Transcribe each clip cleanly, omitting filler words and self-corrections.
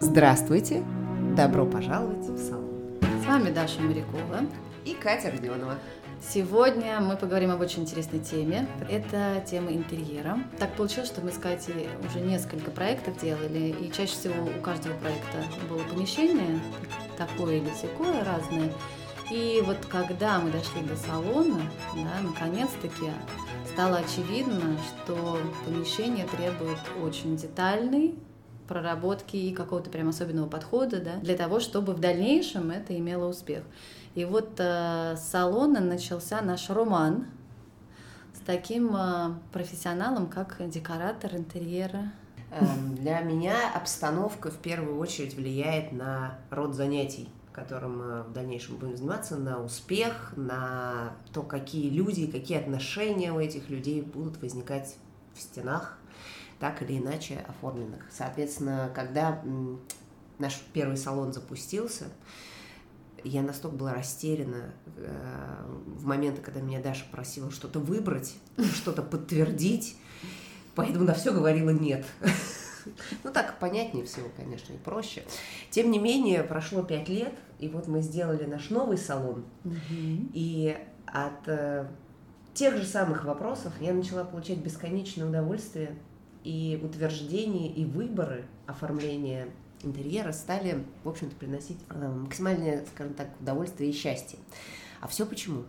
Здравствуйте! Добро пожаловать в салон. С вами Даша Морякова и Катя Родионова. Сегодня мы поговорим об очень интересной теме. Это тема интерьера. Так получилось, что мы с Катей уже несколько проектов делали, и чаще всего у каждого проекта было помещение, такое или сякое, разное. И вот когда мы дошли до салона, наконец-таки стало очевидно, что помещение требует очень детальной проработки и какого-то прям особенного подхода, для того, чтобы в дальнейшем это имело успех. И вот с салона начался наш роман с таким профессионалом, как декоратор интерьера. Для меня обстановка в первую очередь влияет на род занятий, которым мы в дальнейшем будем заниматься, на успех, на то, какие люди, какие отношения у этих людей будут возникать в стенах, так или иначе оформленных. Соответственно, когда наш первый салон запустился, я настолько была растеряна в моменты, когда меня Даша просила что-то выбрать, что-то подтвердить, поэтому на все говорила «нет». Ну, так понятнее всего, конечно, и проще. Тем не менее, прошло 5 лет, и вот мы сделали наш новый салон, и от тех же самых вопросов я начала получать бесконечное удовольствие, и утверждения, и выборы оформления интерьера стали, в общем-то, приносить максимальное, скажем так, удовольствие и счастье. А все почему?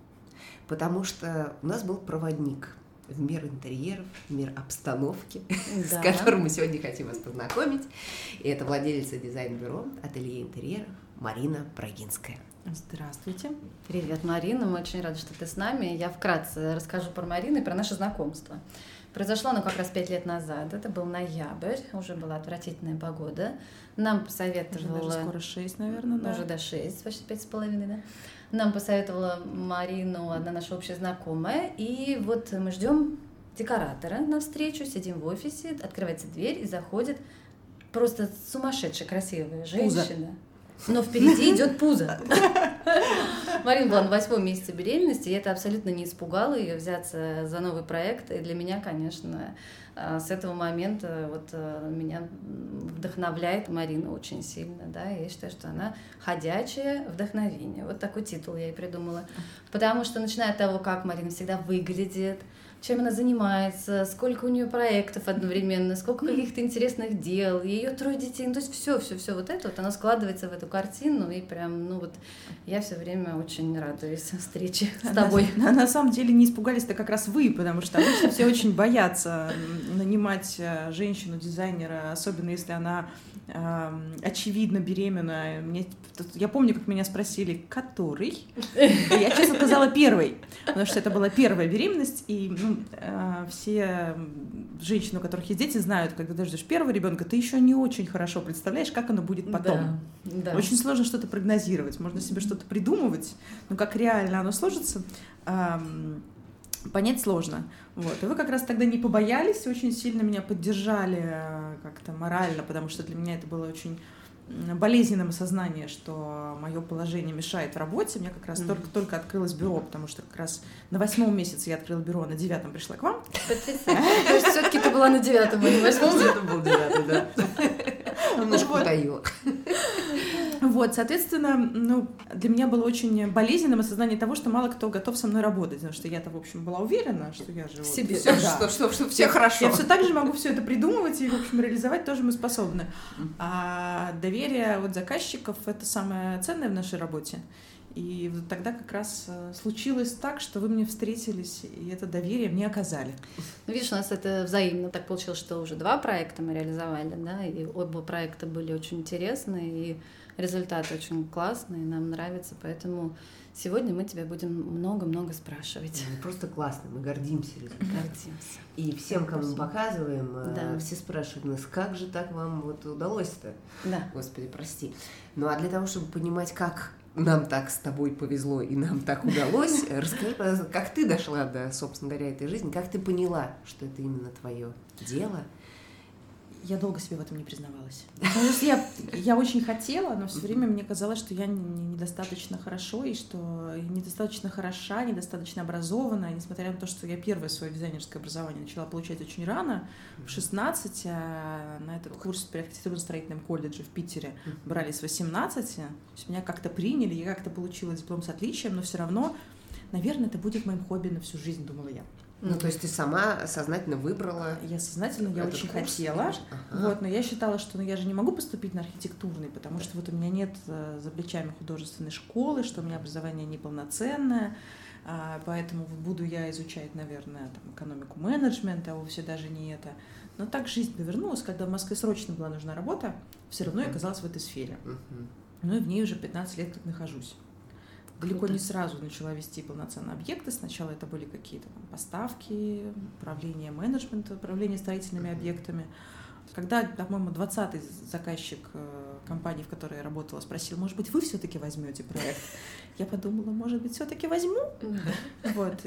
Потому что у нас был проводник в мир интерьеров, в мир обстановки, с которым мы сегодня хотим вас познакомить. И это владелица дизайн-бюро «Ателье интерьеров» Марина Брагинская. Здравствуйте. Привет, Марина. Мы очень рады, что ты с нами. Я вкратце расскажу про Марину и про наше знакомство. Произошло оно как раз 5 лет назад. Это был ноябрь, уже была отвратительная погода. Нам посоветовала... Уже даже скоро 6, наверное, да? Уже до 6, почти 5,5, да. Нам посоветовала Марину одна наша общая знакомая. И вот мы ждем декоратора на встречу, сидим в офисе, открывается дверь и заходит просто сумасшедшая красивая женщина. Но впереди идет пузо. Марина была на 8-м месяце беременности, и это абсолютно не испугало ее взяться за новый проект. И для меня, конечно, с этого момента меня вдохновляет Марина очень сильно. Я считаю, что она ходячее вдохновение. Вот такой титул я ей придумала. Потому что, начиная от того, как Марина всегда выглядит, чем она занимается, сколько у нее проектов одновременно, сколько каких-то интересных дел, ее 3 детей, то есть все вот это, оно складывается в эту картину, и прям, я все время очень радуюсь встрече с тобой. На самом деле не испугались-то как раз вы, потому что обычно все очень боятся нанимать женщину-дизайнера, особенно если она очевидно беременна. Я помню, как меня спросили, который? Я честно сказала первый, потому что это была первая беременность, и все женщины, у которых есть дети, знают, когда ты ждешь первого ребенка, ты еще не очень хорошо представляешь, как оно будет потом. Да. Очень сложно что-то прогнозировать, можно себе что-то придумывать, но как реально оно сложится, понять сложно. И вы как раз тогда не побоялись, очень сильно меня поддержали как-то морально, потому что для меня это было очень болезненным осознание, что мое положение мешает в работе. У меня как раз только открылось бюро, потому что как раз на 8-м месяце я открыла бюро, на 9-м пришла к вам. Потрясающе. То есть все-таки ты была на 9-м, а не 8-м? Это был 9-й, да. Немножко утаила. Соответственно, для меня было очень болезненным осознание того, что мало кто готов со мной работать, потому что я-то, в общем, была уверена, что я же... В себе. Что все хорошо. Я все так же могу все это придумывать и, в общем, реализовать тоже мы способны. А доверие заказчиков — это самое ценное в нашей работе. И тогда как раз случилось так, что вы мне встретились, и это доверие мне оказали. Видишь, у нас это взаимно. Так получилось, что уже 2 проекта мы реализовали, и оба проекта были очень интересные, и результат очень классный, нам нравится, поэтому сегодня мы тебя будем много-много спрашивать. Просто классно, мы гордимся результатом. Гордимся. И всем, кому мы показываем, все спрашивают нас, как же так вам удалось-то? Да. Господи, прости. А для того, чтобы понимать, как нам так с тобой повезло и нам так удалось, расскажи, пожалуйста, как ты дошла до, собственно говоря, этой жизни, как ты поняла, что это именно твое дело, Я долго себе в этом не признавалась. Потому что я очень хотела, но все время мне казалось, что я недостаточно хорошо, и что недостаточно хороша, недостаточно образована. И несмотря на то, что я первое свое дизайнерское образование начала получать очень рано, в 16, а на этот курс при архитектурно-строительном колледже в Питере брали с 18. То есть меня как-то приняли, я как-то получила диплом с отличием, но все равно, наверное, это будет моим хобби на всю жизнь, думала я. Ну, то есть ты сама сознательно выбрала? Я очень хотела, вот, но я считала, что я же не могу поступить на архитектурный, потому что вот у меня нет за плечами художественной школы, что у меня образование неполноценное, поэтому буду я изучать, наверное, там, экономику менеджмента, а вовсе даже не это. Но так жизнь повернулась, когда в Москве срочно была нужна работа, все равно я оказалась в этой сфере. Ну и в ней уже 15 лет как нахожусь. Далеко не сразу начала вести полноценные объекты. Сначала это были какие-то там поставки, управление менеджмента, управление строительными объектами. Когда, по-моему, 20-й заказчик компании, в которой я работала, спросил, может быть, вы все-таки возьмете проект? Я подумала, может быть, все-таки возьму. Вот.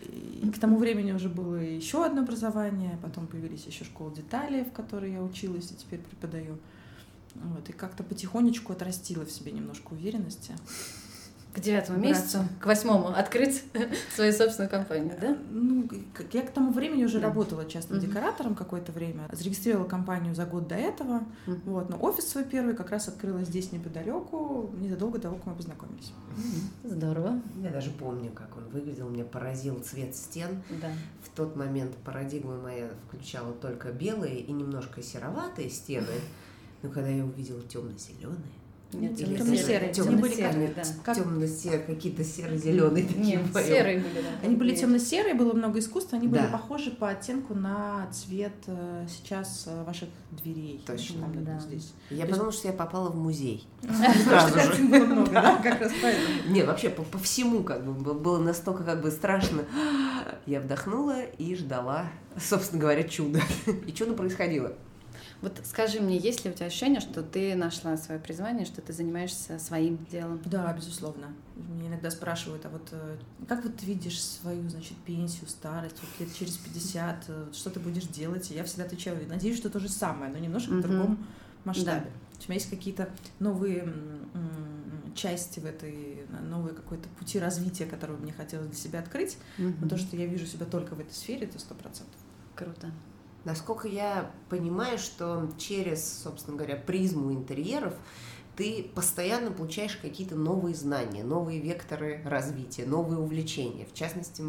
И к тому времени уже было еще одно образование, потом появились еще школы деталей, в которой я училась и теперь преподаю. Вот. И как-то потихонечку отрастила в себе немножко уверенности. К 9-му месяцу, к 8-му открыть свою собственную компанию, да? Ну, я к тому времени уже работала частным декоратором какое-то время, зарегистрировала компанию за год до этого, вот, но офис свой первый как раз открыла здесь неподалеку, незадолго до того, как мы познакомились. Здорово. Я даже помню, как он выглядел, меня поразил цвет стен. Да. В тот момент парадигма моя включала только белые и немножко сероватые стены, но когда я увидела темно-зеленые, Нет, темно-серые. Они были как темно-серые, какие-то серо-зеленые. Нет, серые были, да. Они были темно-серые, было много искусства, они были Да. похожи по оттенку на цвет сейчас ваших дверей. Точно, там, да. Здесь. Я подумала, что я попала в музей. Сразу же. Было много, да, как раз поэтому. Не, вообще по всему как бы было настолько как бы страшно. Я вдохнула и ждала, собственно говоря, чуда. И чудо происходило. Вот скажи мне, есть ли у тебя ощущение, что ты нашла свое призвание, что ты занимаешься своим делом? Да, безусловно. Мне иногда спрашивают, а вот как вот ты видишь свою, значит, пенсию, старость, вот лет через 50, что ты будешь делать? И я всегда отвечаю, надеюсь, что то же самое, но немножко в другом масштабе. Да. У меня есть какие-то новые части в этой, новые какой-то пути развития, которые мне хотелось для себя открыть. Но то, что я вижу себя только в этой сфере, это 100%. Круто. Насколько я понимаю, что через, собственно говоря, призму интерьеров ты постоянно получаешь какие-то новые знания, новые векторы развития, новые увлечения. В частности,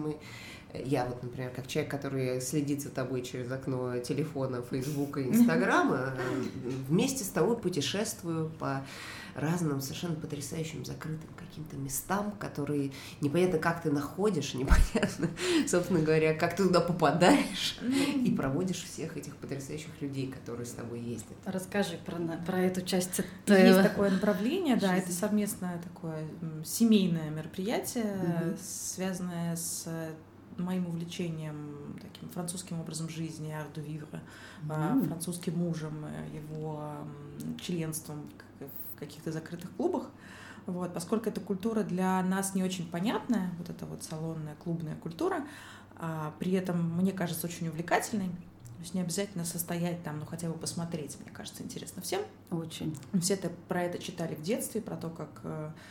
я вот, например, как человек, который следит за тобой через окно телефона, Фейсбука, Инстаграма, вместе с тобой путешествую по разным совершенно потрясающим закрытым каким-то местам, которые непонятно, как ты находишь, непонятно, собственно говоря, как ты туда попадаешь и проводишь всех этих потрясающих людей, которые с тобой ездят. Расскажи про эту часть. Есть такое направление, да, это совместное такое семейное мероприятие, связанное с моим увлечением таким французским образом жизни, art de vivre, французским мужем, его членством в каких-то закрытых клубах. Вот, поскольку эта культура для нас не очень понятная, вот эта вот салонная, клубная культура, при этом, мне кажется, очень увлекательной. То есть не обязательно состоять там, но хотя бы посмотреть, мне кажется, интересно всем. Очень. Все про это читали в детстве, про то, как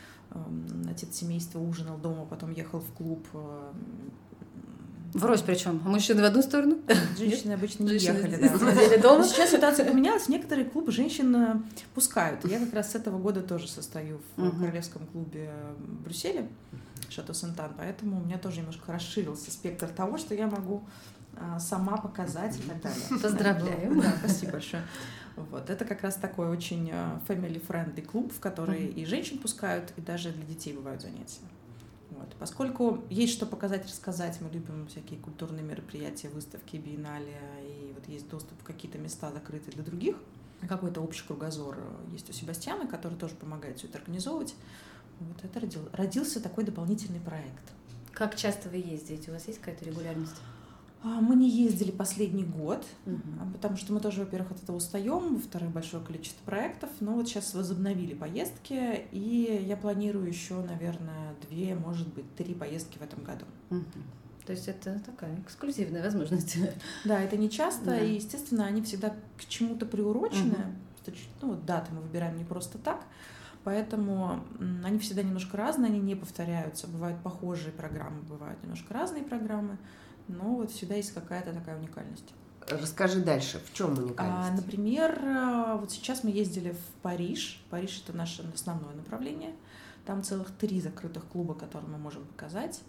отец семейства ужинал дома, потом ехал в клуб. Врозь причем. А мужчины в одну сторону? Женщины обычно не ехали, да. Дома. Сейчас ситуация поменялась. Некоторые клубы женщин пускают. Я как раз с этого года тоже состою в королевском клубе в Брюсселе, Шато Сентан, поэтому у меня тоже немножко расширился спектр того, что я могу сама показать и так далее. Поздравляю. Да, спасибо большое. Вот. Это как раз такой очень family-friendly клуб, в который и женщин пускают, и даже для детей бывают занятия. Вот. Поскольку есть что показать, рассказать, мы любим всякие культурные мероприятия, выставки, биеннале, и вот есть доступ в какие-то места, закрытые для других, какой-то общий кругозор есть у Себастьяна, который тоже помогает все это организовывать. Вот это родился такой дополнительный проект. Как часто вы ездите? У вас есть какая-то регулярность? Мы не ездили последний год, потому что мы тоже, во-первых, от этого устаем, во-вторых, большое количество проектов, но вот сейчас возобновили поездки, и я планирую еще, наверное, 2, может быть, 3 поездки в этом году. То То есть это такая эксклюзивная возможность. Да, это не часто, Да. и, естественно, они всегда к чему-то приурочены. Ну, вот даты мы выбираем не просто так, поэтому они всегда немножко разные, они не повторяются. Бывают похожие программы, бывают немножко разные программы, но вот всегда есть какая-то такая уникальность. Расскажи дальше, в чем уникальность? Например, вот сейчас мы ездили в Париж. Париж — это наше основное направление. Там целых 3 закрытых клуба, которые мы можем показать.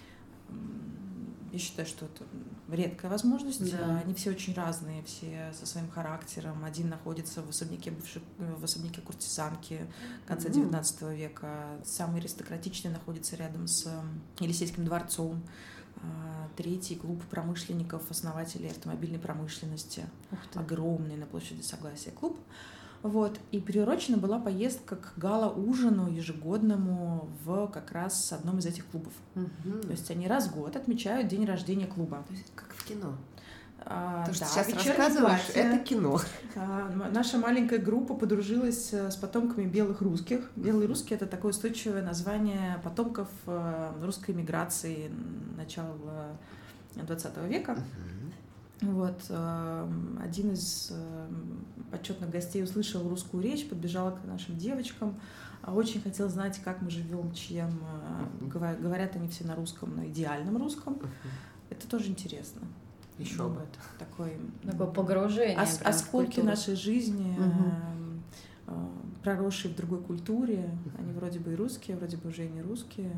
Я считаю, что это редкая возможность. Да. Они все очень разные, все со своим характером. Один находится в особняке куртизанки конца XIX века. Самый аристократичный находится рядом с Елисейским дворцом. 3-й клуб промышленников, основателей автомобильной промышленности. Огромный на площади Согласия клуб. Вот. И приурочена была поездка к гала-ужину ежегодному в как раз одном из этих клубов. То есть они раз в год отмечают день рождения клуба. То есть как в кино. То, что сейчас рассказываешь, это кино. Наша маленькая группа подружилась с потомками белых русских. Белые русские — это такое устойчивое название потомков русской миграции начала XX века. Вот. Один из почетных гостей услышал русскую речь, подбежал к нашим девочкам, очень хотел знать, как мы живем, чем. Говорят они все на русском, на идеальном русском. Это тоже интересно. Еще бы. Такое погружение. Осколки нашей жизни, проросшие в другой культуре. Они вроде бы и русские, вроде бы уже и не русские.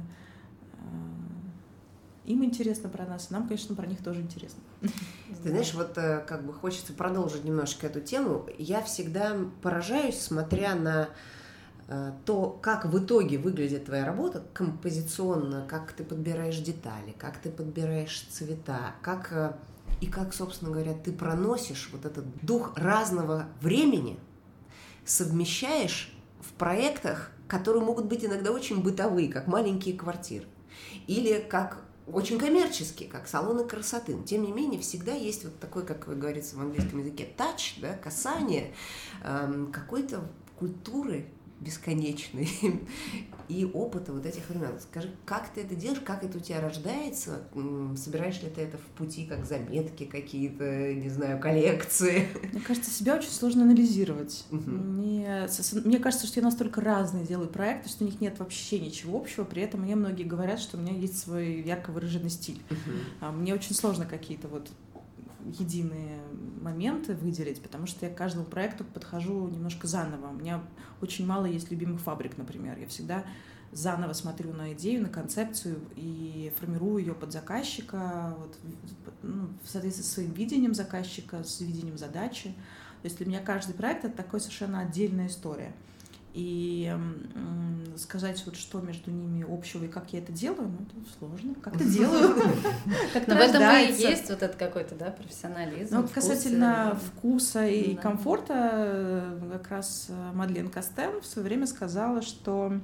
Им интересно про нас, нам, конечно, про них тоже интересно. Ты знаешь, вот как бы хочется продолжить немножко эту тему. Я всегда поражаюсь, смотря на то, как в итоге выглядит твоя работа композиционно, как ты подбираешь детали, как ты подбираешь цвета, как, собственно говоря, ты проносишь вот этот дух разного времени, совмещаешь в проектах, которые могут быть иногда очень бытовые, как маленькие квартиры, или как очень коммерческие, как салоны красоты. Но, тем не менее, всегда есть вот такой, как говорится в английском языке, touch, да, касание какой-то культуры бесконечной и опыта вот этих времен. Скажи, как ты это делаешь, как это у тебя рождается? Собираешь ли ты это в пути, как заметки какие-то, не знаю, коллекции? Мне кажется, себя очень сложно анализировать. Мне кажется, что я настолько разные делаю проекты, что у них нет вообще ничего общего. При этом мне многие говорят, что у меня есть свой ярко выраженный стиль. Мне очень сложно какие-то вот единые моменты выделить, потому что я к каждому проекту подхожу немножко заново. У меня очень мало есть любимых фабрик, например. Я всегда заново смотрю на идею, на концепцию и формирую ее под заказчика, вот, в соответствии со своим видением заказчика, с видением задачи. То есть для меня каждый проект — это такая совершенно отдельная история. И сказать, вот, что между ними общего и как я это делаю, это сложно. Как-то делаю. Но в этом и есть вот этот какой-то, да, профессионализм. Ну, касательно вкуса и комфорта, как раз Мадлен Кастен в свое время сказала, что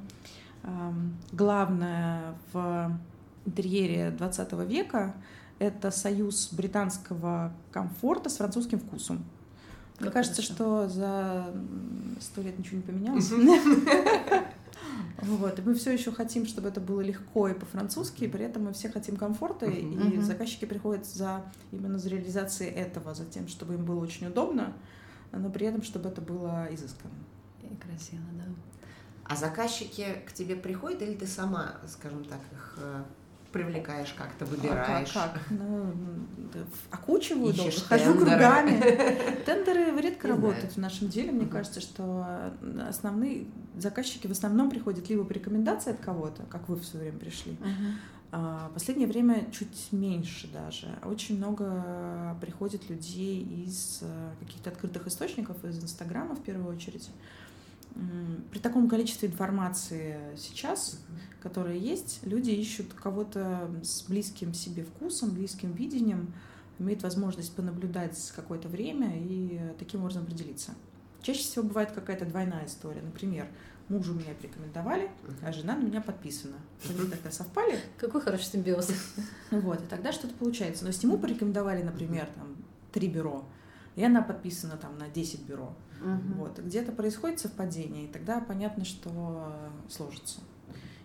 главное в интерьере 20 века — это союз британского комфорта с французским вкусом. Мне кажется, что за 100 лет ничего не поменялось. Вот. И мы все еще хотим, чтобы это было легко и по-французски, и при этом мы все хотим комфорта, и заказчики приходят именно за реализацией этого, за тем, чтобы им было очень удобно, но при этом, чтобы это было изысканно. И красиво, да. А заказчики к тебе приходят, или ты сама, скажем так, их привлекаешь как-то, выбираешь? Как? Окучиваю долго, хожу кругами. Тендеры редко работают в нашем деле. Мне кажется, что основные заказчики в основном приходят либо по рекомендации от кого-то, как вы в свое время пришли. В последнее время чуть меньше даже. Очень много приходит людей из каких-то открытых источников, из Инстаграма в первую очередь. При таком количестве информации сейчас, которая есть, люди ищут кого-то с близким себе вкусом, близким видением, имеют возможность понаблюдать какое-то время и таким образом определиться. Чаще всего бывает какая-то двойная история. Например, мужу меня порекомендовали, а жена на меня подписана. Они тогда совпали. Какой хороший симбиоз. Вот, и тогда что-то получается. Но если ему порекомендовали, например, 3 бюро, и она подписана на 10 бюро. Вот. Где-то происходит совпадение, и тогда понятно, что сложится.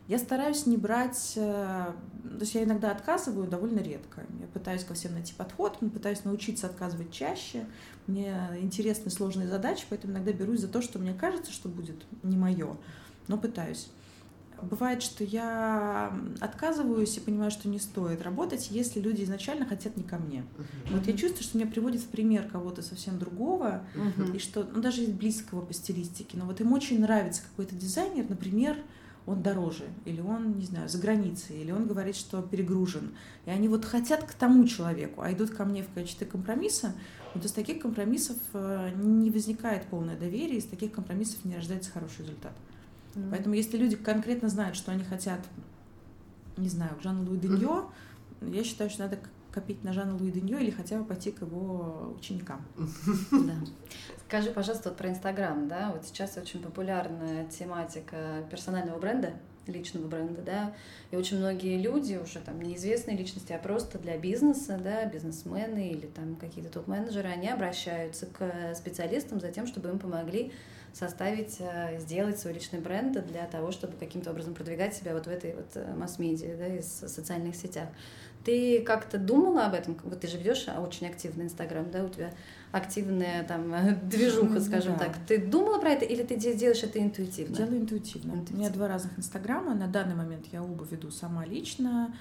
Я стараюсь не брать, то есть я иногда отказываю довольно редко. Я пытаюсь ко всем найти подход, пытаюсь научиться отказывать чаще. Мне интересны сложные задачи, поэтому иногда берусь за то, что мне кажется, что будет не мое, но пытаюсь. Бывает, что я отказываюсь и понимаю, что не стоит работать, если люди изначально хотят не ко мне. Вот я чувствую, что меня приводит в пример кого-то совсем другого, и что, даже из близкого по стилистике, но вот им очень нравится какой-то дизайнер, например, он дороже, или он, не знаю, за границей, или он говорит, что перегружен. И они вот хотят к тому человеку, а идут ко мне в качестве компромисса. Вот из таких компромиссов не возникает полное доверие, из таких компромиссов не рождается хороший результат. Поэтому если люди конкретно знают, что они хотят, не знаю, к Жану-Луи Деньо, я считаю, что надо копить на Жана-Луи Деньо или хотя бы пойти к его ученикам. Да. Скажи, пожалуйста, вот про Инстаграм, да, вот сейчас очень популярная тематика персонального бренда, личного бренда, да, и очень многие люди, уже там неизвестные личности, а просто для бизнеса, да, бизнесмены или там какие-то топ-менеджеры, они обращаются к специалистам за тем, чтобы им помогли составить, сделать свой личный бренд для того, чтобы каким-то образом продвигать себя вот в этой вот масс-медиа, да, и социальных сетях. Ты как-то думала об этом? Вот ты же ведешь очень активный Инстаграм, да, у тебя активная там движуха, скажем так. Ты думала про это или ты делаешь это интуитивно? Делаю интуитивно. У меня 2 разных Инстаграма. На данный момент я оба веду сама лично.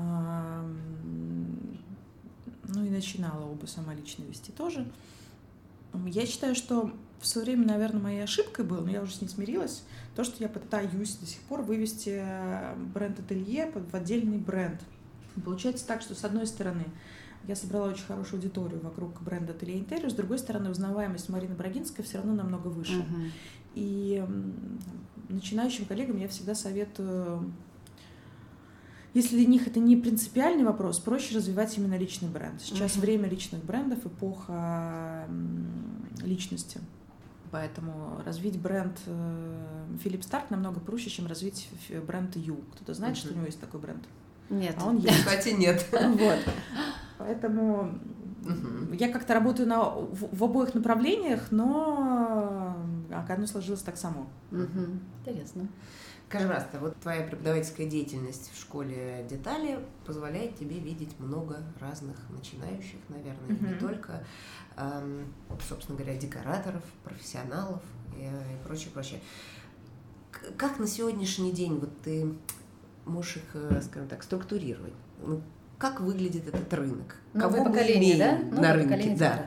Ну и начинала оба сама лично вести тоже. Я считаю, что в свое время, наверное, моей ошибкой было, но я уже с ней смирилась, то, что я пытаюсь до сих пор вывести бренд-ателье в отдельный бренд. Получается так, что с одной стороны я собрала очень хорошую аудиторию вокруг бренда Ателье Интериор, с другой стороны узнаваемость Марины Брагинской все равно намного выше. И начинающим коллегам я всегда советую, если для них это не принципиальный вопрос, проще развивать именно личный бренд. Сейчас время личных брендов, эпоха личности. Поэтому развить бренд Филипп Старк намного проще, чем развить бренд Ю. Кто-то знает, что у него есть такой бренд? Нет. А он есть. Кстати, нет. Вот. Поэтому я как-то работаю в обоих направлениях, но оно сложилось так само. Интересно. Скажи, Раста, вот твоя преподавательская деятельность в школе детали позволяет тебе видеть много разных начинающих, наверное, не только, собственно говоря, декораторов, профессионалов и прочее, прочее. Как на сегодняшний день вот ты можешь их, скажем так, структурировать? Как выглядит этот рынок? Новое поколение, да? На рынке, да.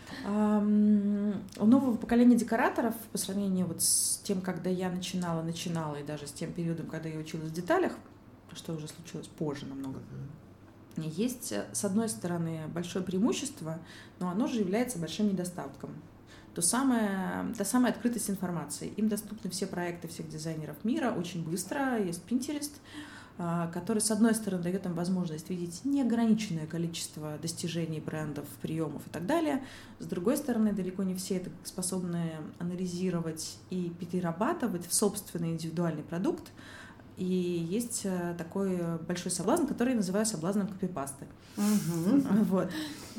У нового поколения декораторов, по сравнению вот с тем, когда я начинала, и даже с тем периодом, когда я училась в деталях, что уже случилось позже намного, есть, с одной стороны, большое преимущество, но оно же является большим недостатком. Та самая открытость информации. Им доступны все проекты всех дизайнеров мира очень быстро. Есть Pinterest, который, с одной стороны, дает им возможность видеть неограниченное количество достижений, брендов, приемов и так далее. С другой стороны, далеко не все это способны анализировать и перерабатывать в собственный индивидуальный продукт. И есть такой большой соблазн, который я называю соблазном копипасты. Вот.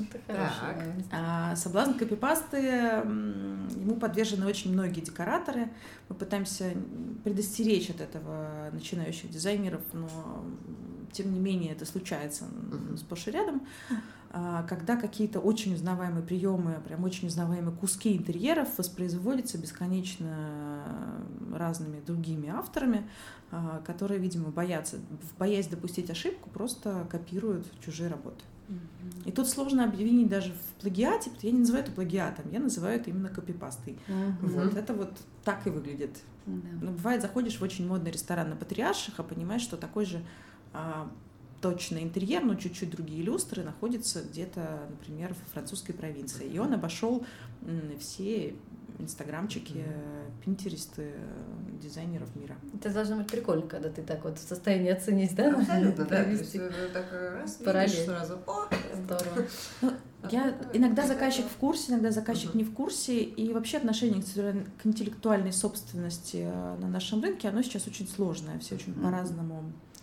Соблазн копипасты, ему подвержены очень многие декораторы. Мы пытаемся предостеречь от этого начинающих дизайнеров, но тем не менее это случается сплошь и рядом, когда какие-то очень узнаваемые приемы, прям очень узнаваемые куски интерьеров воспроизводятся бесконечно разными другими авторами, которые, видимо, боясь допустить ошибку, просто копируют чужие работы. И тут сложно обвинить даже в плагиате, потому что я не называю это плагиатом, я называю это именно копипастой. Вот, это вот так и выглядит. Но бывает, заходишь в очень модный ресторан на Патриарших, а понимаешь, что такой же точно интерьер, но чуть-чуть другие люстры находятся где-то, например, в французской провинции. И он обошел все инстаграмчики, пинтересты дизайнеров мира. Это должно быть прикольно, когда ты так вот в состоянии оценить, да? Абсолютно, да. То есть так раз видишь сразу, здорово. Иногда заказчик в курсе, иногда заказчик не в курсе, и вообще отношение к интеллектуальной собственности на нашем рынке, оно сейчас очень сложное, все очень по-разному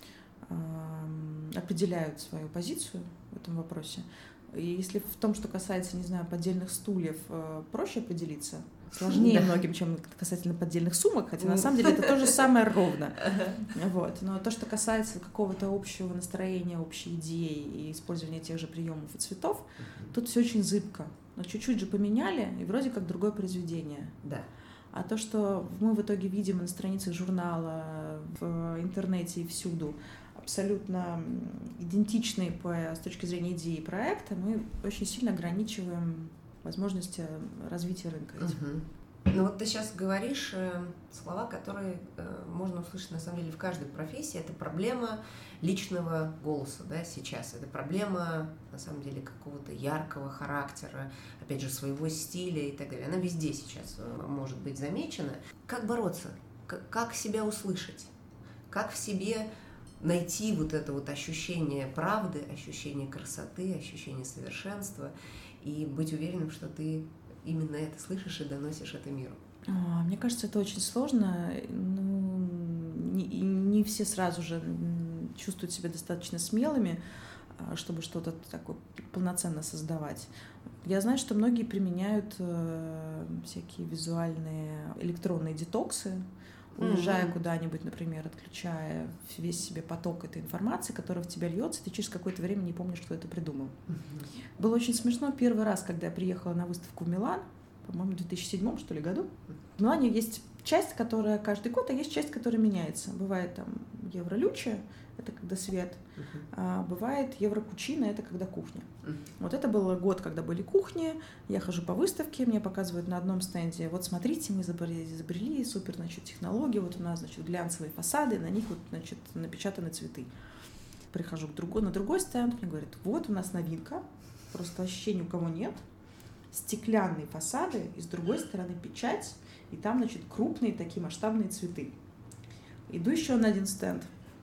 определяют свою позицию в этом вопросе. И если в том, что касается, не знаю, поддельных стульев, проще определиться, сложнее многим, чем касательно поддельных сумок, хотя на самом деле это то же самое ровно. Вот. Но то, что касается какого-то общего настроения, общей идеи и использования тех же приемов и цветов, тут все очень зыбко. Но чуть-чуть же поменяли, и вроде как другое произведение. Да. А то, что мы в итоге видим на страницах журнала, в интернете и всюду, абсолютно идентичные с точки зрения идеи проекта, мы очень сильно ограничиваем возможности развития рынка. Ну вот ты сейчас говоришь слова, которые можно услышать на самом деле в каждой профессии. Это проблема личного голоса, да, сейчас. Это проблема, на самом деле, какого-то яркого характера, опять же, своего стиля и так далее. Она везде сейчас может быть замечена. Как бороться? Как себя услышать? Как в себе найти вот это вот ощущение правды, ощущение красоты, ощущение совершенства и быть уверенным, что ты именно это слышишь и доносишь это миру? Мне кажется, это очень сложно. Ну, не все сразу же чувствуют себя достаточно смелыми, чтобы что-то такое полноценно создавать. Я знаю, что многие применяют всякие визуальные электронные детоксы, уезжая куда-нибудь, например, отключая весь себе поток этой информации, которая в тебя льется, ты через какое-то время не помнишь, кто это придумал. Было очень смешно первый раз, когда я приехала на выставку в Милан, по-моему, в 2007 что ли, году. В Милане есть часть, которая каждый год, а есть часть, которая меняется. Бывает там Евролюче, это когда свет, а бывает Еврокучина, это когда кухня. Вот это был год, когда были кухни, я хожу по выставке, мне показывают на одном стенде, вот смотрите, мы изобрели супер, значит, технологии, вот у нас, значит, глянцевые фасады, на них вот, значит, напечатаны цветы. Прихожу на другой стенд, мне говорят, вот у нас новинка, просто ощущения у кого нет, стеклянные фасады, и с другой стороны печать, и там, значит, крупные такие масштабные цветы. Иду еще на один стенд.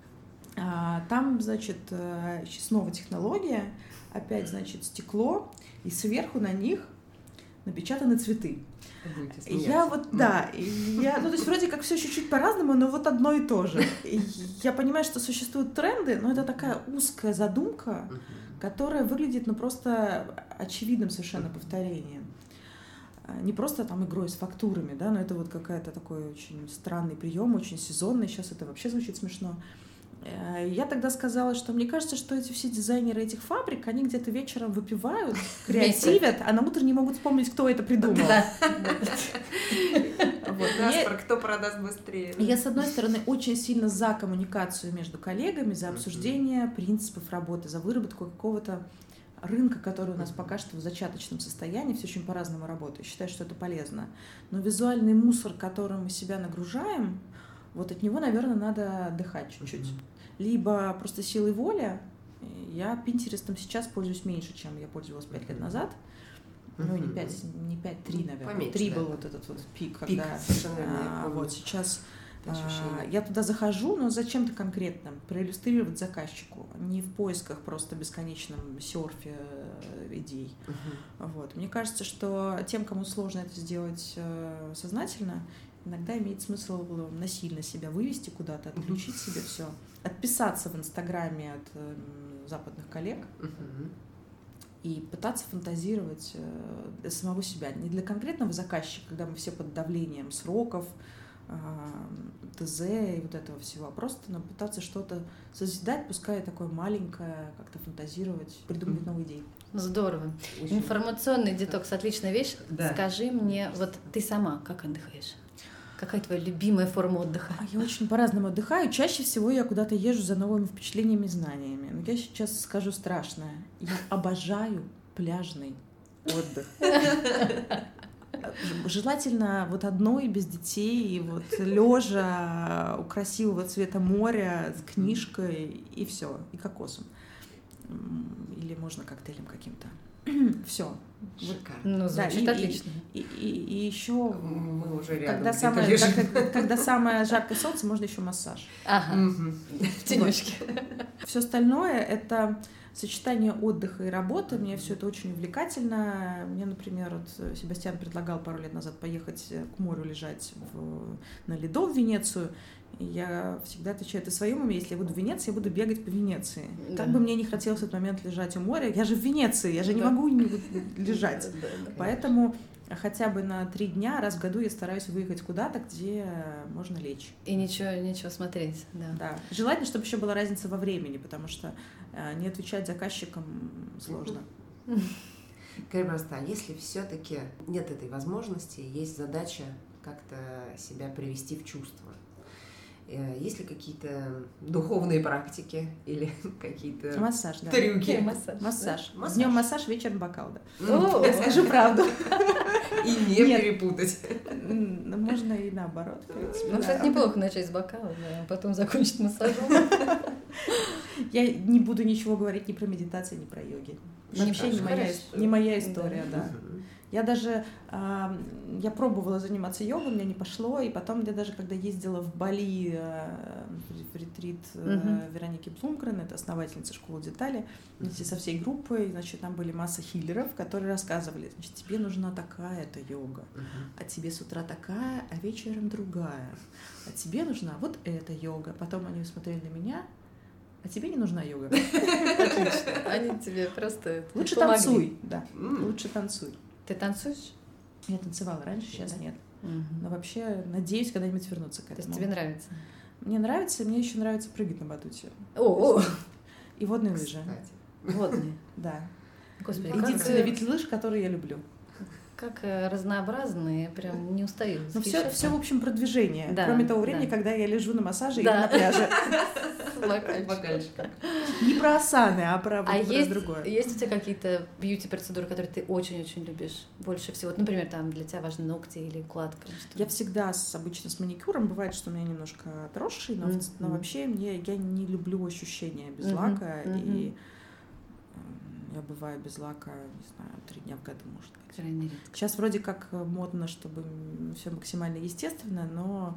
Там, значит, снова технология, опять, значит, стекло, и сверху на них напечатаны цветы. Я вот, да, ну, то есть вроде как все чуть-чуть по-разному, но вот одно и то же. И я понимаю, что существуют тренды, но это такая узкая задумка, которая выглядит, ну, просто очевидным совершенно повторением. Не просто там игрой с фактурами, да, но это вот какая-то такой очень странный прием, очень сезонный, сейчас это вообще звучит смешно. Я тогда сказала, что мне кажется, что эти все дизайнеры этих фабрик, они где-то вечером выпивают, креативят, а на утро не могут вспомнить, кто это придумал. Кто продаст быстрее. Я, с одной стороны, очень сильно за коммуникацию между коллегами, за обсуждение принципов работы, за выработку какого-то рынка, который у нас пока что в зачаточном состоянии, все очень по-разному работает. Считаю, что это полезно. Но визуальный мусор, которым мы себя нагружаем, вот от него, наверное, надо отдыхать чуть-чуть. Либо просто силой воли. Я Пинтерестом сейчас пользуюсь меньше, чем я пользовалась 5 лет назад. Ну, не 5, 3, наверное. Поменьше, 3 да. был вот этот вот пик, когда вот сейчас ощущение. я туда захожу, но за чем-то конкретным, проиллюстрировать заказчику, не в поисках просто бесконечном серфе идей. Вот. Мне кажется, что тем, кому сложно это сделать сознательно, иногда имеет смысл насильно себя вывести куда-то, отключить себе все, отписаться в Инстаграме от западных коллег и пытаться фантазировать для самого себя. Не для конкретного заказчика, когда мы все под давлением сроков, ТЗ и вот этого всего, а просто пытаться что-то созидать, пускай такое маленькое, как-то фантазировать, придумывать новые идеи. Здорово. Очень. Информационный детокс — отличная вещь. Да. Скажи мне, вот ты сама как отдыхаешь? Какая твоя любимая форма отдыха? Я очень по-разному отдыхаю. Чаще всего я куда-то езжу за новыми впечатлениями и знаниями. Но я сейчас скажу страшное. Я обожаю пляжный отдых. Желательно вот одной, без детей, и вот лежа у красивого цвета моря с книжкой и все, и кокосом. Или можно коктейлем каким-то. Все. Шикарно. Ну, звучит отлично. И еще, Мы уже рядом. когда самое жаркое солнце, можно еще массаж. Ага. В тенечке. Все остальное — это сочетание отдыха и работы. Мне все это очень увлекательно. Мне, например, вот Себастьян предлагал пару лет назад поехать к морю, лежать на льду в Венецию. И я всегда отвечаю: ты в своем уме? Если я буду в Венеции, я буду бегать по Венеции. Да. Как бы мне не хотелось в этот момент лежать у моря, я же в Венеции, я же не могу не лежать. Поэтому хотя бы на 3 дня раз в году я стараюсь выехать куда-то, где можно лечь. И ничего смотреть, да. Да. Желательно, чтобы еще была разница во времени, потому что не отвечать заказчикам сложно. Скажи, просто, а если все-таки нет этой возможности, есть задача как-то себя привести в чувство? Есть ли какие-то духовные практики или какие-то массаж, да. трюки? Массаж. Да? Днем массаж, вечером бокал, да. О, Скажу правду. И не перепутать. Можно и наоборот. Ну, кстати, неплохо начать с бокала, да, а потом закончить массажом. Я не буду ничего говорить ни про медитацию, ни про йоги. Вообще не моя история, да. Я даже, я пробовала заниматься йогой, у меня не пошло, и потом я даже, когда ездила в Бали в ретрит Вероники Блумкрен, это основательница школы детали, вместе со всей группой, значит, там были масса хиллеров, которые рассказывали, значит, тебе нужна такая-то йога, а тебе с утра такая, а вечером другая, а тебе нужна вот эта йога. Потом они смотрели на меня, а тебе не нужна йога. Отлично, они тебе просто лучше помогли. Танцуй, да, лучше танцуй. Ты танцуешь? Я танцевала раньше, сейчас нет. Но вообще надеюсь когда-нибудь вернуться к этому. То есть тебе нравится? Мне нравится, мне еще нравится прыгать на батуте. О, и водные лыжи. водные. Да. Господи, единственный вид лыж, который я люблю. Как разнообразные, прям не устаю. Ну все в общем про движение. Да, кроме того времени, когда я лежу на массаже или на пляже. Бокальчиком. Не про асаны, а про другое. Есть у тебя какие-то бьюти-процедуры, которые ты очень-очень любишь больше всего? Вот, например, там для тебя важны ногти или укладка? Я всегда обычно с маникюром. Бывает, что у меня немножко отросший, но вообще я не люблю ощущения без лака. И я бываю без лака, не знаю, 3 дня в году, может быть. Сейчас вроде как модно, чтобы все максимально естественно, но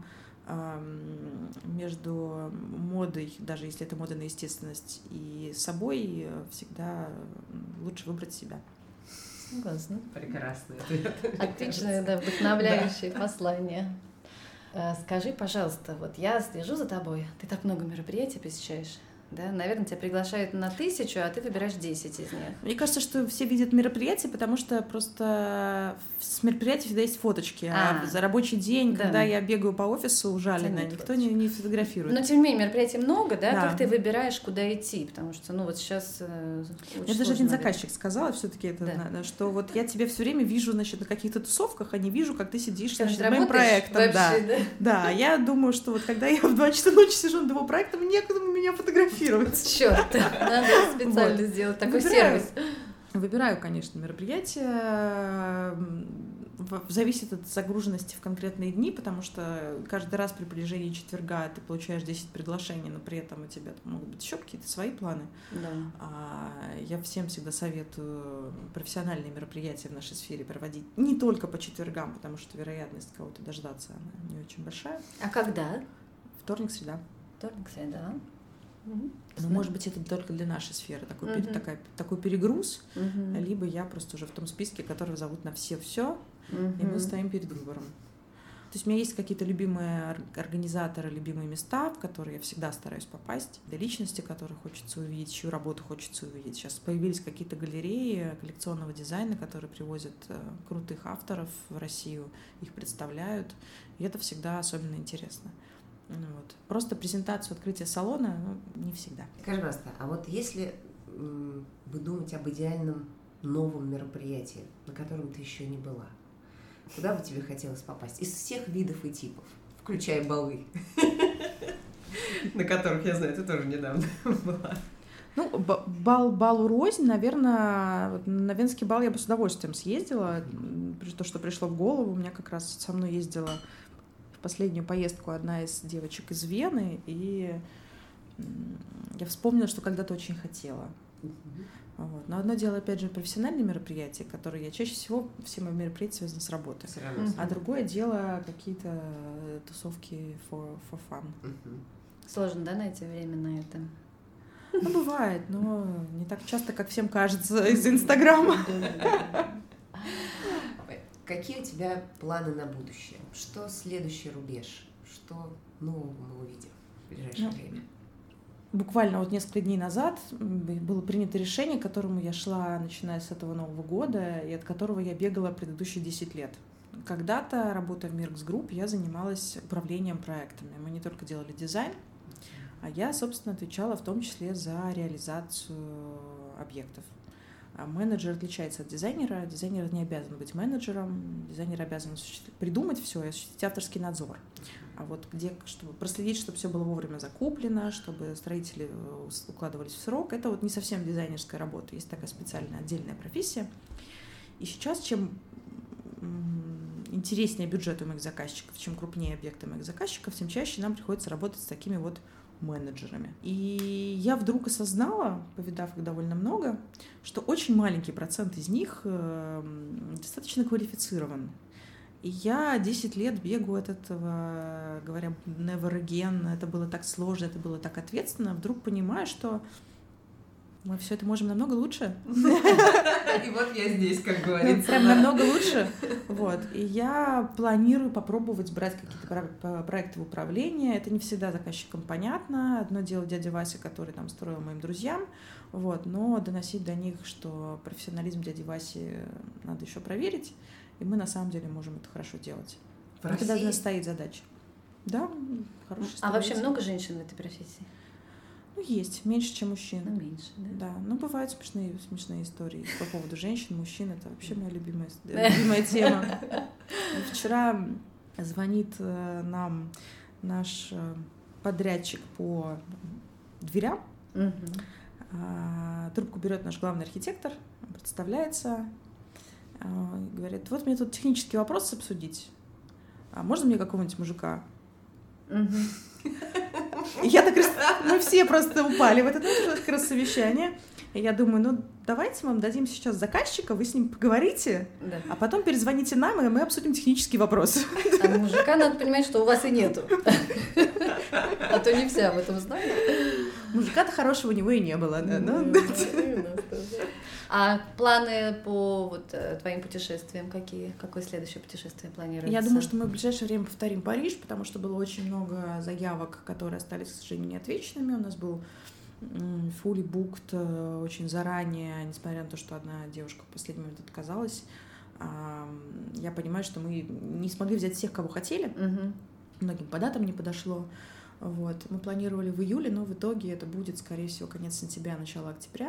между модой, даже если это мода на естественность, и собой всегда лучше выбрать себя. Согласна. Прекрасный ответ. Отличное, да, вдохновляющее послание. Скажи, пожалуйста, вот я слежу за тобой, ты так много мероприятий посещаешь. Да, наверное, тебя приглашают на 1000, а ты выбираешь 10 из них. Мне кажется, что все видят мероприятия, потому что просто с мероприятий всегда есть фоточки. А за рабочий день, когда я бегаю по офису ужаленная, никто не фотографирует. Но тем не менее, мероприятий много, да? Как ты выбираешь, куда идти? Потому что, ну вот сейчас мне даже один заказчик сказал все-таки это, что вот я тебя все время вижу, значит, на каких-то тусовках, а не вижу, как ты сидишь, значит, над моим проектом. Вообще, да, я думаю, что вот когда я в 2 часа ночи сижу над его проектом, некуда меня фотографировать. Черт, надо специально сделать такой сервис. Выбираю, конечно, мероприятия. Зависит от загруженности в конкретные дни, потому что каждый раз при приближении четверга ты получаешь 10 приглашений, но при этом у тебя могут быть еще какие-то свои планы. Да. Я всем всегда советую профессиональные мероприятия в нашей сфере проводить не только по четвергам, потому что вероятность кого-то дождаться она не очень большая. А когда? Вторник, среда. Вторник, среда. Ну, может быть, это только для нашей сферы такой перегруз, либо я просто уже в том списке, который зовут на все, и мы стоим перед выбором. То есть у меня есть какие-то любимые организаторы, любимые места, в которые я всегда стараюсь попасть, для личности, которые хочется увидеть, чью работу хочется увидеть. Сейчас появились какие-то галереи коллекционного дизайна, которые привозят крутых авторов в Россию, их представляют, и это всегда особенно интересно. Вот. Просто презентацию открытия салона не всегда. Скажи, просто, а вот если вы думаете об идеальном новом мероприятии, на котором ты еще не была, куда бы тебе хотелось попасть? Из всех видов и типов, включая балы, на которых, я знаю, ты тоже недавно была. Ну, балу рознь, наверное, на Венский бал я бы с удовольствием съездила. То, что пришло в голову, у меня как раз со мной ездила в последнюю поездку одна из девочек из Вены, и я вспомнила, что когда-то очень хотела. Вот. Но одно дело, опять же, профессиональные мероприятия, которые я чаще всего, все мои мероприятия связаны с работой. А другое дело какие-то тусовки for fun. Сложно, да, найти время на это? Ну, бывает, но не так часто, как всем кажется из Инстаграма. Какие у тебя планы на будущее? Что следующий рубеж? Что нового мы увидим в ближайшее время? буквально вот несколько дней назад было принято решение, к которому я шла, начиная с этого Нового года, и от которого я бегала предыдущие 10 лет. Когда-то, работая в Миркс Групп, я занималась управлением проектами. Мы не только делали дизайн, а я, собственно, отвечала в том числе за реализацию объектов. А менеджер отличается от дизайнера. Дизайнер не обязан быть менеджером. Дизайнер обязан придумать все и осуществить авторский надзор. А вот чтобы проследить, чтобы все было вовремя закуплено, чтобы строители укладывались в срок, это вот не совсем дизайнерская работа. Есть такая специальная отдельная профессия. И сейчас, чем интереснее бюджет у моих заказчиков, чем крупнее объекты моих заказчиков, тем чаще нам приходится работать с такими вот менеджерами. И я вдруг осознала, повидав их довольно много, что очень маленький процент из них достаточно квалифицирован. И я 10 лет бегу от этого, говоря never again, это было так сложно, это было так ответственно, вдруг понимаю, что мы все это можем намного лучше. И вот я здесь, как говорится. Прям намного лучше. Вот. И я планирую попробовать брать какие-то проекты в управление. Это не всегда заказчикам понятно. Одно дело дядя Вася, который там строил моим друзьям. Вот. Но доносить до них, что профессионализм дяди Васи надо еще проверить. И мы на самом деле можем это хорошо делать. Это должна стоять задача. Да, хорошая А вообще много женщин в этой профессии? Ну, есть. Меньше, чем мужчин. Ну, меньше, да. Да. Ну, бывают смешные истории по поводу женщин, мужчин. Это вообще моя любимая тема. Вчера звонит нам наш подрядчик по дверям. Трубку берет наш главный архитектор, представляется, говорит: вот мне тут технический вопрос обсудить. А можно мне какого-нибудь мужика? И я так мы все просто упали в это как раз совещание. И я думаю, ну давайте мы вам дадим сейчас заказчика, вы с ним поговорите, да, а потом перезвоните нам, и мы обсудим технический вопрос. А мужика надо понимать, что у вас и нету. А то не все об этом знают. Мужика-то хорошего у него и не было. А планы по вот твоим путешествиям какие? Какое следующее путешествие планируется? Я думаю, что мы в ближайшее время повторим Париж, потому что было очень много заявок, которые остались, к сожалению, неотвеченными. У нас был fully booked очень заранее, несмотря на то, что одна девушка в последний момент отказалась. Я понимаю, что мы не смогли взять всех, кого хотели. Многим по датам не подошло. Вот. Мы планировали в июле, но в итоге это будет, скорее всего, конец сентября, начало октября.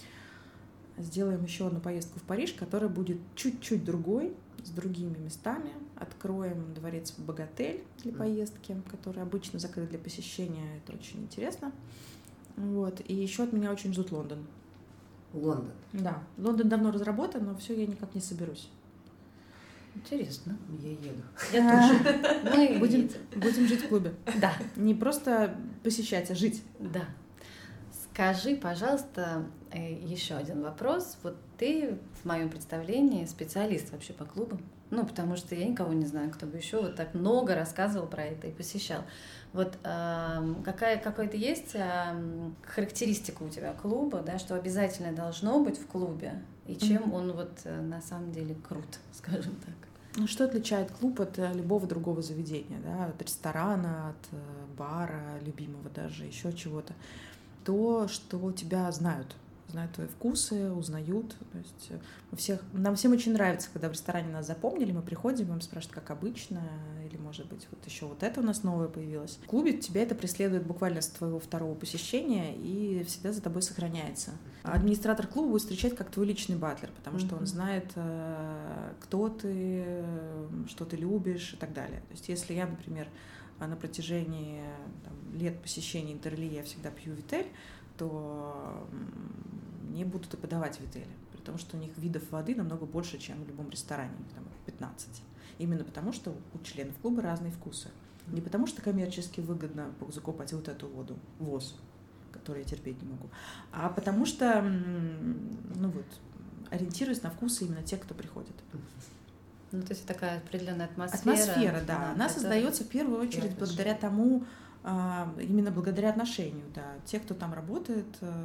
Сделаем еще одну поездку в Париж, которая будет чуть-чуть другой, с другими местами. Откроем дворец Богатель для поездки, который обычно закрыт для посещения. Это очень интересно. Вот. И еще от меня очень ждут Лондон. Лондон? Да. Лондон давно разработан, но все я никак не соберусь. Интересно. Я еду. Я тоже. Мы будем жить в клубе. Да. Не просто посещать, а жить. Да. Скажи, пожалуйста, еще один вопрос. Вот ты, в моем представлении, специалист вообще по клубам. Ну, потому что я никого не знаю, кто бы еще вот так много рассказывал про это и посещал. Вот какая-то есть характеристика у тебя клуба, да, что обязательно должно быть в клубе, и чем он вот на самом деле крут, скажем так? Ну, что отличает клуб от любого другого заведения, да, от ресторана, от бара, любимого даже, еще чего-то? То, что тебя знают твои вкусы, узнают. То есть нам всем очень нравится, когда в ресторане нас запомнили, мы приходим, вам спрашивают, как обычно, или, может быть, вот еще вот это у нас новое появилось. В клубе тебя это преследует буквально с твоего второго посещения и всегда за тобой сохраняется. Администратор клуба будет встречать как твой личный батлер, потому что он знает, кто ты, что ты любишь и так далее. То есть если я, например, на протяжении лет посещения Интерли я всегда пью Витель, то мне будут и подавать Витель, потому что у них видов воды намного больше, чем в любом ресторане, там 15. Именно потому, что у членов клуба разные вкусы. Не потому, что коммерчески выгодно закупать вот эту воду, ВОЗ, которую я терпеть не могу, а потому что, ориентируясь на вкусы именно тех, кто приходит. Ну, то есть такая определенная атмосфера. Атмосфера, да. Она создается в первую очередь благодаря тому, именно благодаря отношению, да. Те, кто там работает,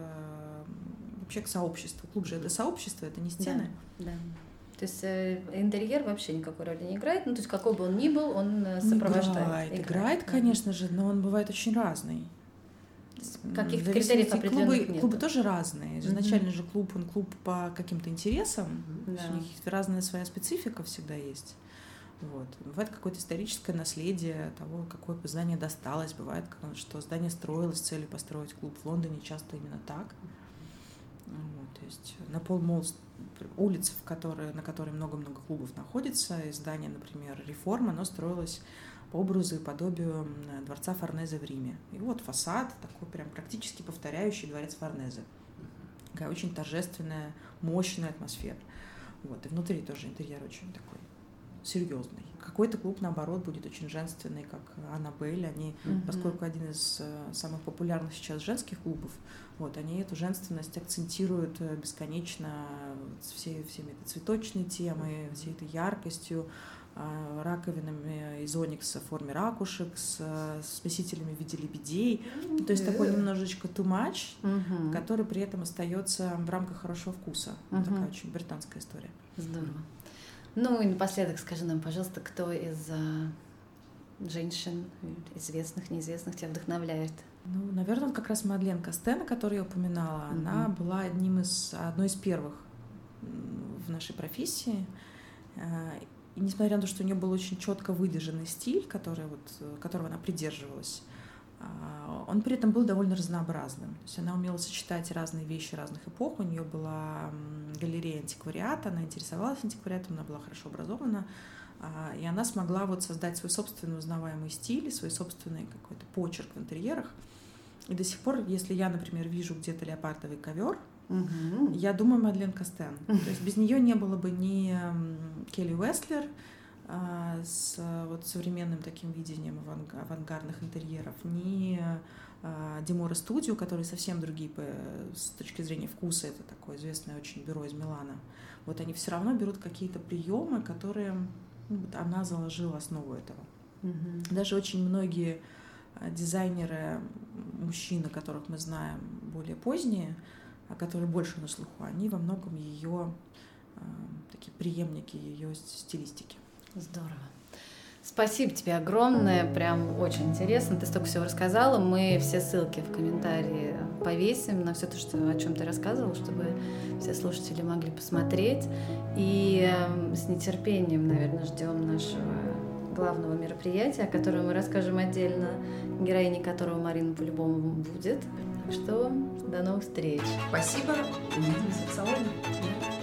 вообще к сообществу. Клуб же это сообщество, это не стены. Да. То есть интерьер вообще никакой роли не играет, ну, то есть какой бы он ни был, он сопровождает. Играет, конечно же, но он бывает очень разный. каких-то критериев определенных нет. Клубы тоже разные. Изначально же клуб, он клуб по каким-то интересам. У них разная своя специфика всегда есть. Вот. Бывает какое-то историческое наследие того, какое бы здание досталось. Бывает, что здание строилось с целью построить клуб. В Лондоне часто именно так. Вот. То есть на Пол-Молл улица, на которой много-много клубов находится, и здание, например, Реформа, оно строилось по образу и подобию дворца Форнезе в Риме. И вот фасад такой прям практически повторяющий дворец Форнезе. Такая очень торжественная, мощная атмосфера. Вот. И внутри тоже интерьер очень такой серьезный. Какой-то клуб, наоборот, будет очень женственный, как Аннабель. Они, поскольку один из самых популярных сейчас женских клубов, вот, они эту женственность акцентируют бесконечно всеми этой цветочной темой, всей этой яркостью, раковинами из оникса в форме ракушек, с смесителями в виде лебедей. То есть такой немножечко too much, который при этом остается в рамках хорошего вкуса. Такая очень британская история. Здорово. Ну и напоследок скажи нам, пожалуйста, кто из женщин, известных, неизвестных, тебя вдохновляет? Ну, наверное, как раз Мадлен Кастен, которую я упоминала, она была одной из первых в нашей профессии. И несмотря на то, что у нее был очень четко выдержанный стиль, которого она придерживалась, он при этом был довольно разнообразным. То есть она умела сочетать разные вещи разных эпох. У нее была галерея антиквариата, она интересовалась антиквариатом, она была хорошо образована, и она смогла вот создать свой собственный узнаваемый стиль, свой собственный какой-то почерк в интерьерах. И до сих пор, если я, например, вижу где-то леопардовый ковер, я думаю Мадлен Кастен. То есть без нее не было бы ни Келли Уэстлер с вот современным таким видением авангардных интерьеров, ни Димора Студио, которые совсем другие с точки зрения вкуса. Это такое известное очень бюро из Милана. Вот они все равно берут какие-то приемы, которые она заложила основу этого. Даже очень многие дизайнеры, мужчины, которых мы знаем более поздние, которые больше на слуху, они во многом ее такие преемники ее стилистики. Здорово. Спасибо тебе огромное, прям очень интересно. Ты столько всего рассказала. Мы все ссылки в комментарии повесим на все то, о чем ты рассказывала, чтобы все слушатели могли посмотреть. И с нетерпением, наверное, ждем нашего главного мероприятия, о котором мы расскажем отдельно, героине которого Марина по-любому будет. Так что до новых встреч. Спасибо. Увидимся в салоне.